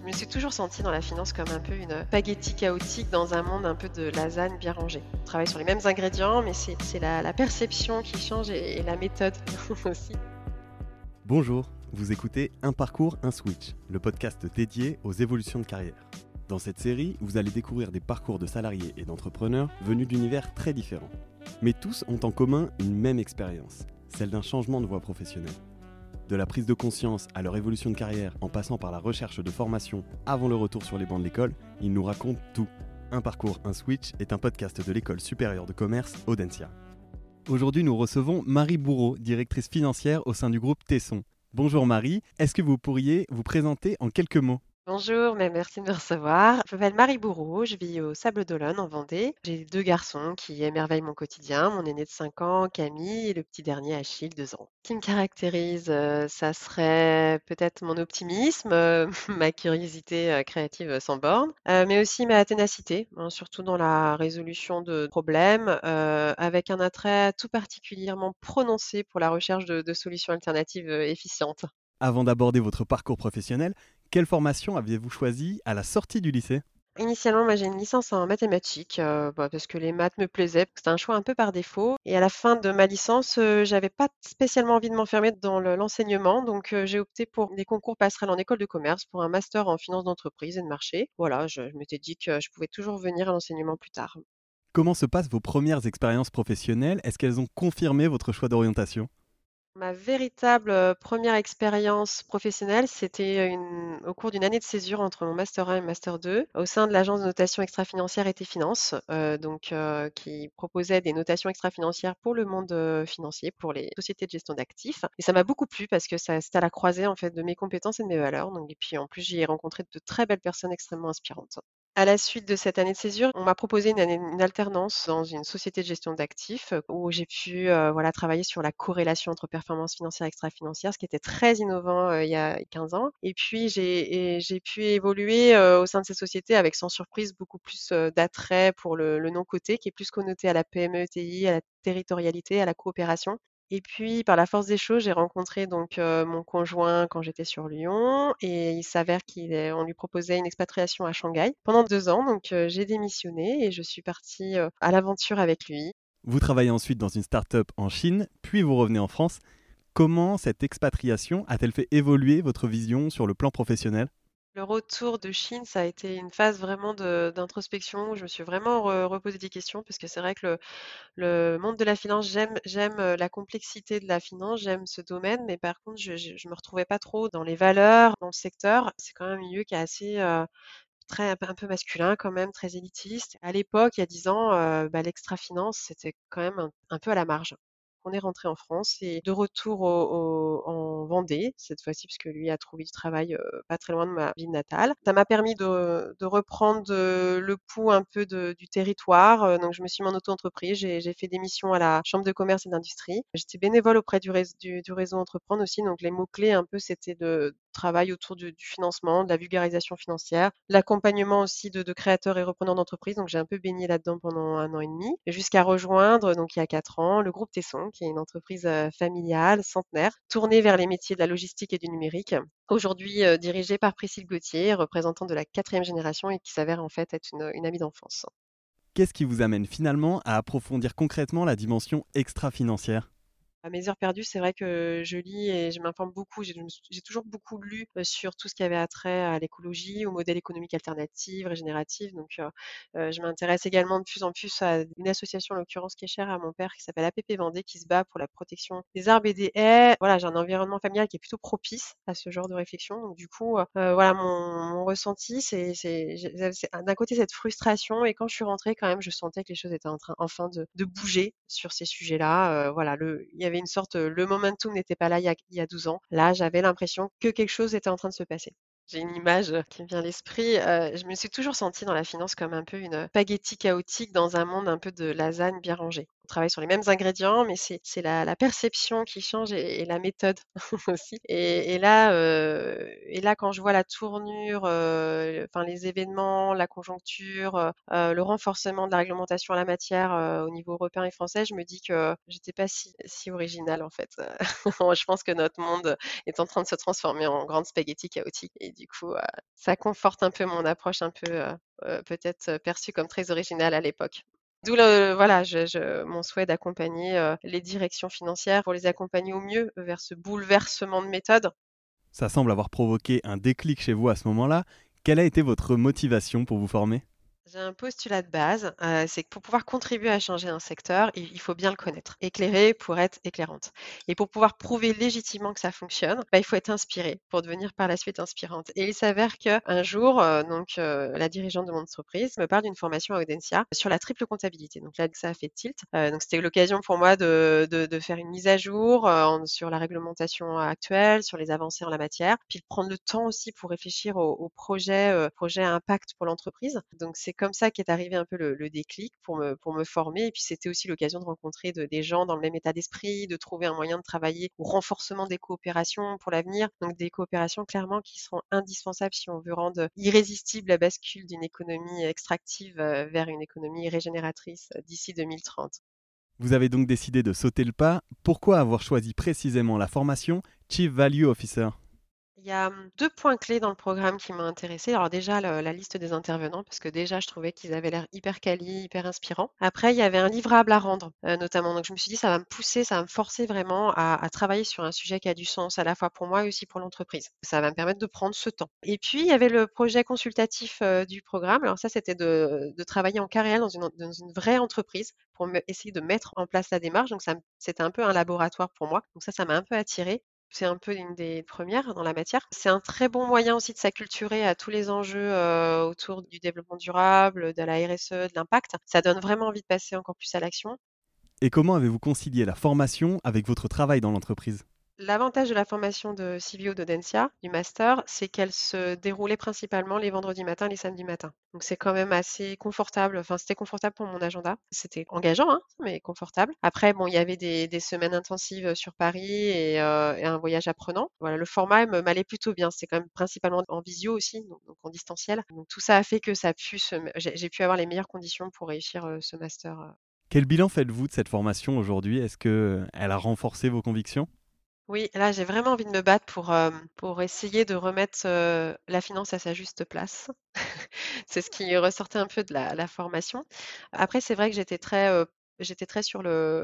me suis toujours sentie dans la finance comme un peu une spaghetti chaotique dans un monde un peu de lasagne bien rangée. On travaille sur les mêmes ingrédients, mais c'est la perception qui change et la méthode aussi. Bonjour, vous écoutez Un parcours, un switch, le podcast dédié aux évolutions de carrière. Dans cette série, vous allez découvrir des parcours de salariés et d'entrepreneurs venus d'univers très différents. Mais tous ont en commun une même expérience, celle d'un changement de voie professionnelle. De la prise de conscience à leur évolution de carrière en passant par la recherche de formation avant le retour sur les bancs de l'école, ils nous racontent tout. Un parcours, un switch est un podcast de l'école supérieure de commerce Audencia. Aujourd'hui, nous recevons Marie Bourreau, directrice financière au sein du groupe Tesson. Bonjour Marie, est-ce que vous pourriez vous présenter en quelques mots ? Bonjour, mais merci de me recevoir. Je m'appelle Marie Bourreau, je vis au Sable d'Olonne en Vendée. J'ai 2 garçons qui émerveillent mon quotidien, mon aîné de 5 ans, Camille, et le petit dernier Achille, 2 ans. Ce qui me caractérise, ça serait peut-être mon optimisme, ma curiosité, créative, sans bornes, mais aussi ma ténacité, hein, surtout dans la résolution de problèmes, avec un attrait tout particulièrement prononcé pour la recherche de solutions alternatives, efficientes. Avant d'aborder votre parcours professionnel, quelle formation aviez-vous choisi à la sortie du lycée ? Initialement, moi, j'ai une licence en mathématiques, parce que les maths me plaisaient. C'était un choix un peu par défaut et à la fin de ma licence, j'avais pas spécialement envie de m'enfermer dans l'enseignement, donc j'ai opté pour des concours passerelles en école de commerce, pour un master en finance d'entreprise et de marché. Voilà, je m'étais dit que je pouvais toujours venir à l'enseignement plus tard. Comment se passent vos premières expériences professionnelles ? Est-ce qu'elles ont confirmé votre choix d'orientation ? Ma véritable, 1re expérience professionnelle, c'était au cours d'une année de césure entre mon master 1 et master 2, au sein de l'agence de notation extra-financière ET Finance, qui proposait des notations extra-financières pour le monde, financier, pour les sociétés de gestion d'actifs et ça m'a beaucoup plu parce que ça c'était à la croisée, en fait, de mes compétences et de mes valeurs, donc et puis, en plus, j'y ai rencontré de très belles personnes extrêmement inspirantes. À la suite de cette année de césure, on m'a proposé une alternance dans une société de gestion d'actifs, où j'ai pu, voilà, travailler sur la corrélation entre performance financière et extra-financière, ce qui était très innovant, il y a 15 ans et puis j'ai pu évoluer, au sein de cette société avec sans surprise beaucoup plus, d'attrait pour le non coté qui est plus connoté à la PME, ETI, à la territorialité, à la coopération et puis, par la force des choses, j'ai rencontré donc mon conjoint quand j'étais sur Lyon et il s'avère on lui proposait une expatriation à Shanghai pendant 2 ans. Donc j'ai démissionné et je suis partie, à l'aventure avec lui. Vous travaillez ensuite dans une start-up en Chine, puis vous revenez en France. Comment cette expatriation a-t-elle fait évoluer votre vision sur le plan professionnel ? Le retour de Chine, ça a été une phase vraiment d'introspection où je me suis vraiment reposé des questions parce que c'est vrai que le monde de la finance, j'aime, la complexité de la finance, j'aime ce domaine, mais par contre, je me retrouvais pas trop dans les valeurs, dans le secteur. C'est quand même un milieu qui est assez, très un peu masculin quand même, très élitiste. À l'époque, il y a 10 ans, l'extra-finance, c'était quand même un peu à la marge. On est rentré en France et de retour en Vendée, cette fois-ci, puisque lui a trouvé du travail, pas très loin de ma ville natale. Ça m'a permis de reprendre, le pouls un peu du territoire, donc je me suis mis en auto-entreprise. J'ai fait des missions à la chambre de commerce et d'industrie. J'étais bénévole auprès du réseau Entreprendre aussi, donc les mots-clés un peu, c'était de travail autour du financement, de la vulgarisation financière, l'accompagnement aussi de créateurs et repreneurs d'entreprises. Donc j'ai un peu baigné là-dedans pendant 1 an et demi, jusqu'à rejoindre, donc il y a 4 ans, le groupe Tesson, qui est une entreprise, familiale, centenaire, tournée vers les métiers de la logistique et du numérique. Aujourd'hui, dirigée par Priscille Gauthier, représentante de la 4e génération et qui s'avère en fait être une amie d'enfance. Qu'est-ce qui vous amène finalement à approfondir concrètement la dimension extra-financière ? À mes heures perdues, c'est vrai que je lis et je m'informe beaucoup. J'ai toujours beaucoup lu, sur tout ce qui avait attrait à l'écologie, aux modèles économiques alternatifs, régénératifs. Donc, je m'intéresse également de plus en plus à une association, en l'occurrence, qui est chère à mon père, qui s'appelle APP Vendée, qui se bat pour la protection des arbres et des haies. Voilà, j'ai un environnement familial qui est plutôt propice à ce genre de réflexion. Donc du coup, voilà, mon ressenti, c'est d'un côté cette frustration et quand je suis rentrée quand même, je sentais que les choses étaient en train enfin de bouger sur ces sujets-là. Voilà, il y avait une sorte, le momentum n'était pas là il y a 12 ans. Là, j'avais l'impression que quelque chose était en train de se passer. J'ai une image qui me vient à l'esprit, je me suis toujours sentie dans la finance comme un peu une spaghetti chaotique dans un monde un peu de lasagne bien rangée. On travaille sur les mêmes ingrédients, mais c'est la perception qui change et la méthode aussi. Et là, quand je vois la tournure, enfin les événements, la conjoncture, le renforcement de la réglementation en la matière, au niveau européen et français, je me dis que j'étais pas si originale en fait. Je pense que notre monde est en train de se transformer en grande spaghetti chaotique et du coup, ça conforte un peu mon approche un peu, peut-être, perçue comme très originale à l'époque. D'où voilà, mon souhait d'accompagner, les directions financières pour les accompagner au mieux vers ce bouleversement de méthode. Ça semble avoir provoqué un déclic chez vous à ce moment-là. Quelle a été votre motivation pour vous former? J'ai un postulat de base, c'est que pour pouvoir contribuer à changer un secteur, il faut bien le connaître. Éclairer pour être éclairante et pour pouvoir prouver légitimement que ça fonctionne, bah, il faut être inspiré pour devenir par la suite inspirante et il s'avère qu'un jour, la dirigeante de mon entreprise me parle d'une formation à Audencia sur la triple comptabilité. Donc là, ça a fait tilt. Donc c'était l'occasion pour moi de faire une mise à jour, sur la réglementation actuelle, sur les avancées en la matière, puis de prendre le temps aussi pour réfléchir au projet à impact pour l'entreprise. Donc c'est comme ça qu'est arrivé un peu le déclic pour me former et puis c'était aussi l'occasion de rencontrer des gens dans le même état d'esprit, de trouver un moyen de travailler au renforcement des coopérations pour l'avenir. Donc des coopérations clairement qui seront indispensables si on veut rendre irrésistible la bascule d'une économie extractive, vers une économie régénératrice, d'ici 2030. Vous avez donc décidé de sauter le pas. Pourquoi avoir choisi précisément la formation Chief Value Officer? Il y a, 2 points clés dans le programme qui m'ont intéressée. Alors déjà la liste des intervenants parce que déjà je trouvais qu'ils avaient l'air hyper quali, hyper inspirants. Après il y avait un livrable à rendre, notamment. Donc je me suis dit: «Ça va me pousser, ça va me forcer vraiment à travailler sur un sujet qui a du sens à la fois pour moi et aussi pour l'entreprise». Ça va me permettre de prendre ce temps. Et puis il y avait le projet consultatif, du programme. Alors ça c'était de travailler en carrière dans une vraie entreprise pour essayer de mettre en place la démarche. Donc c'était un peu un laboratoire pour moi. Donc ça m'a un peu attirée. C'est un peu une des premières dans la matière. C'est un très bon moyen aussi de s'acculturer à tous les enjeux, autour du développement durable, de la RSE, de l'impact. Ça donne vraiment envie de passer encore plus à l'action. Et comment avez-vous concilié la formation avec votre travail dans l'entreprise? L'avantage de la formation de CVO d'Audencia, du master, c'est qu'elle se déroulait principalement les vendredis matins, les samedis matins. Donc c'est quand même assez confortable. Enfin, c'était confortable pour mon agenda. C'était engageant, hein, mais confortable. Après, bon, il y avait des semaines intensives sur Paris et un voyage apprenant. Voilà, le format m'allait plutôt bien. C'est quand même principalement en visio aussi, donc en distanciel. Donc tout ça a fait que ça a pu j'ai pu avoir les meilleures conditions pour réussir ce master. Quel bilan faites-vous de cette formation aujourd'hui? Est-ce que elle a renforcé vos convictions? Oui, là, j'ai vraiment envie de me battre pour essayer de remettre, la finance à sa juste place. C'est ce qui ressortait un peu de la formation. Après, c'est vrai que j'étais très sur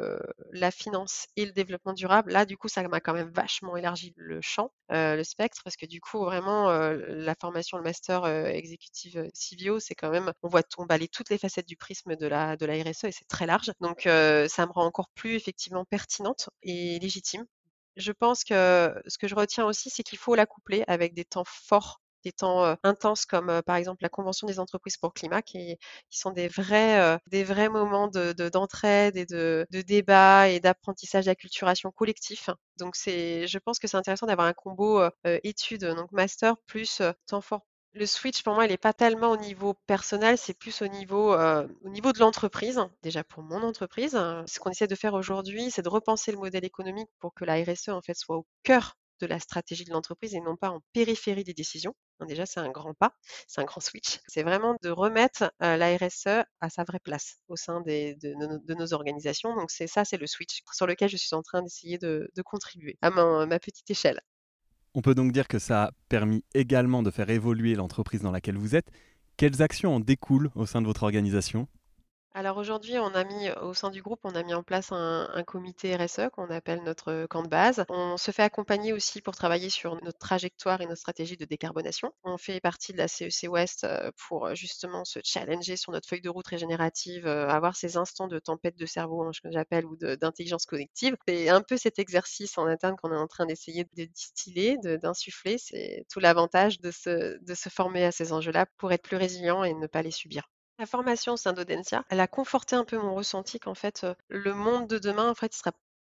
la finance et le développement durable. Là, du coup, ça m'a quand même vachement élargi le champ, le spectre, parce que du coup, vraiment, la formation, le master, exécutive, CVO, c'est quand même on balaye toutes les facettes du prisme de la RSE et c'est très large. Donc, ça me rend encore plus effectivement pertinente et légitime. Je pense que ce que je retiens aussi, c'est qu'il faut la coupler avec des temps forts, des temps, intenses comme, par exemple la convention des entreprises pour le climat qui sont des vrais moments d'entraide et de débat et d'apprentissage, d'acculturation collectif. Donc je pense que c'est intéressant d'avoir un combo, études, donc master plus, temps fort. Le switch pour moi, il est pas tellement au niveau personnel, c'est plus au niveau de l'entreprise. Déjà pour mon entreprise, ce qu'on essaie de faire aujourd'hui, c'est de repenser le modèle économique pour que la RSE, en fait, soit au cœur de la stratégie de l'entreprise et non pas en périphérie des décisions. Donc déjà, c'est un grand pas, c'est un grand switch. C'est vraiment de remettre, la RSE à sa vraie place au sein de nos organisations. Donc c'est le switch sur lequel je suis en train d'essayer de contribuer à ma petite échelle. On peut donc dire que ça a permis également de faire évoluer l'entreprise dans laquelle vous êtes. Quelles actions en découlent au sein de votre organisation? Alors aujourd'hui, au sein du groupe, on a mis en place un comité RSE qu'on appelle notre camp de base. On se fait accompagner aussi pour travailler sur notre trajectoire et notre stratégie de décarbonation. On fait partie de la CEC West pour justement se challenger sur notre feuille de route régénérative, avoir ces instants de tempête de cerveau, hein, que j'appelle, ou d'intelligence collective. C'est un peu cet exercice en interne qu'on est en train d'essayer de distiller, d'insuffler. C'est tout l'avantage de se former à ces enjeux-là pour être plus résilient et ne pas les subir. La formation au sein d'Audencia, elle a conforté un peu mon ressenti qu'en fait, le monde de demain, en fait, il sera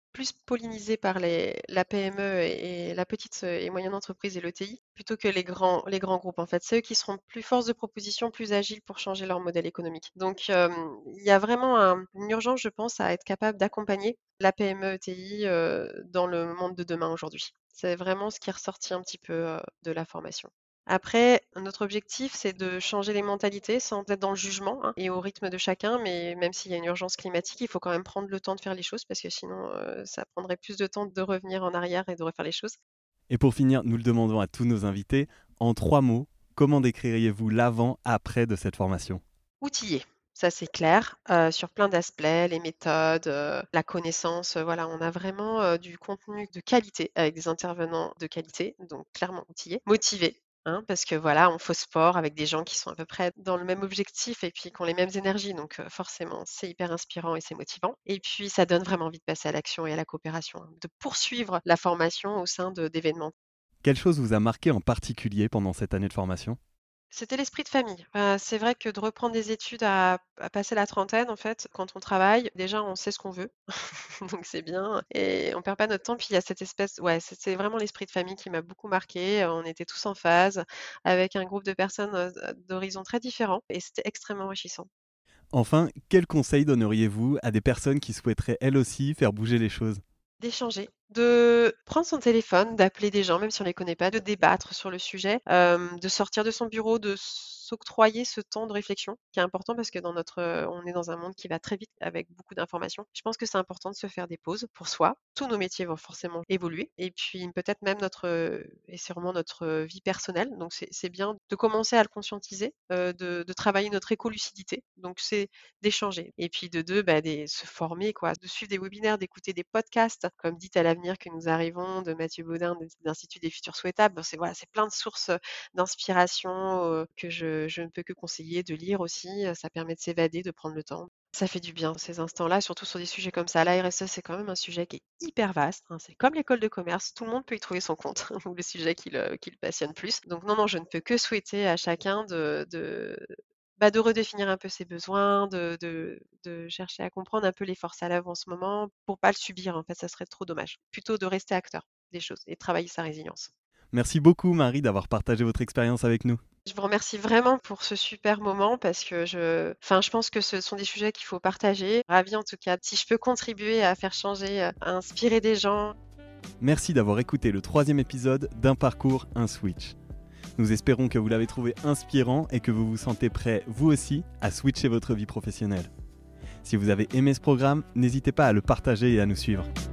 plus pollinisé par la PME et la petite et moyenne entreprise et l'ETI, plutôt que les grands groupes en fait. C'est eux qui seront plus force de proposition, plus agiles pour changer leur modèle économique. Donc il y a vraiment une urgence, je pense, à être capable d'accompagner la PME ETI dans le monde de demain aujourd'hui. C'est vraiment ce qui est ressorti un petit peu de la formation. Après, notre objectif, c'est de changer les mentalités sans être dans le jugement, hein, et au rythme de chacun. Mais même s'il y a une urgence climatique, il faut quand même prendre le temps de faire les choses parce que sinon, ça prendrait plus de temps de revenir en arrière et de refaire les choses. Et pour finir, nous le demandons à tous nos invités, en 3 mots, comment décririez-vous l'avant-après de cette formation? Outillé, ça c'est clair, sur plein d'aspects, les méthodes, la connaissance, voilà, on a vraiment, du contenu de qualité avec des intervenants de qualité, donc clairement outillé. Motivé, hein, parce que voilà, on fait sport avec des gens qui sont à peu près dans le même objectif et puis qui ont les mêmes énergies, donc forcément c'est hyper inspirant et c'est motivant et puis ça donne vraiment envie de passer à l'action et à la coopération, hein, de poursuivre la formation au sein d'événements. Quelle chose vous a marqué en particulier pendant cette année de formation? C'était l'esprit de famille. C'est vrai que de reprendre des études à passer la trentaine, en fait, quand on travaille, déjà, on sait ce qu'on veut, donc c'est bien et on perd pas notre temps. Puis il y a cette espèce ouais, c'est vraiment l'esprit de famille qui m'a beaucoup marquée. On était tous en phase avec un groupe de personnes, d'horizons très différents et c'était extrêmement enrichissant. Enfin, quels conseils donneriez-vous à des personnes qui souhaiteraient elles aussi faire bouger les choses? D'échanger, de prendre son téléphone, d'appeler des gens, même si on les connaît pas, de débattre sur le sujet, de sortir de son bureau, de s'octroyer ce temps de réflexion qui est important parce que on est dans un monde qui va très vite avec beaucoup d'informations. Je pense que c'est important de se faire des pauses pour soi. Tous nos métiers vont forcément évoluer et puis peut-être même et sûrement notre vie personnelle. Donc c'est bien de commencer à le conscientiser, de travailler notre écolucidité. Donc c'est d'échanger et puis de 2, bah, se former quoi, de suivre des webinaires, d'écouter des podcasts comme Dites à l'avenir que nous arrivons de Mathieu Baudin de l'Institut des futurs souhaitables. Bon, c'est voilà, c'est plein de sources, d'inspiration, que je ne peux que conseiller de lire aussi, ça permet de s'évader, de prendre le temps. Ça fait du bien ces instants-là, surtout sur des sujets comme ça. La RSE, c'est quand même un sujet qui est hyper vaste, hein, c'est comme l'école de commerce, tout le monde peut y trouver son compte ou le sujet qui le passionne plus. Donc non, non, je ne peux que souhaiter à chacun de redéfinir un peu ses besoins, de chercher à comprendre un peu les forces à l'œuvre en ce moment pour pas le subir, en fait, ça serait trop dommage. Plutôt de rester acteur des choses et de travailler sa résilience. Merci beaucoup Marie d'avoir partagé votre expérience avec nous. Je vous remercie vraiment pour ce super moment parce que je pense que ce sont des sujets qu'il faut partager. Ravie en tout cas, si je peux contribuer à faire changer, à inspirer des gens. Merci d'avoir écouté le 3e épisode d'Un parcours, un switch. Nous espérons que vous l'avez trouvé inspirant et que vous vous sentez prêt, vous aussi, à switcher votre vie professionnelle. Si vous avez aimé ce programme, n'hésitez pas à le partager et à nous suivre.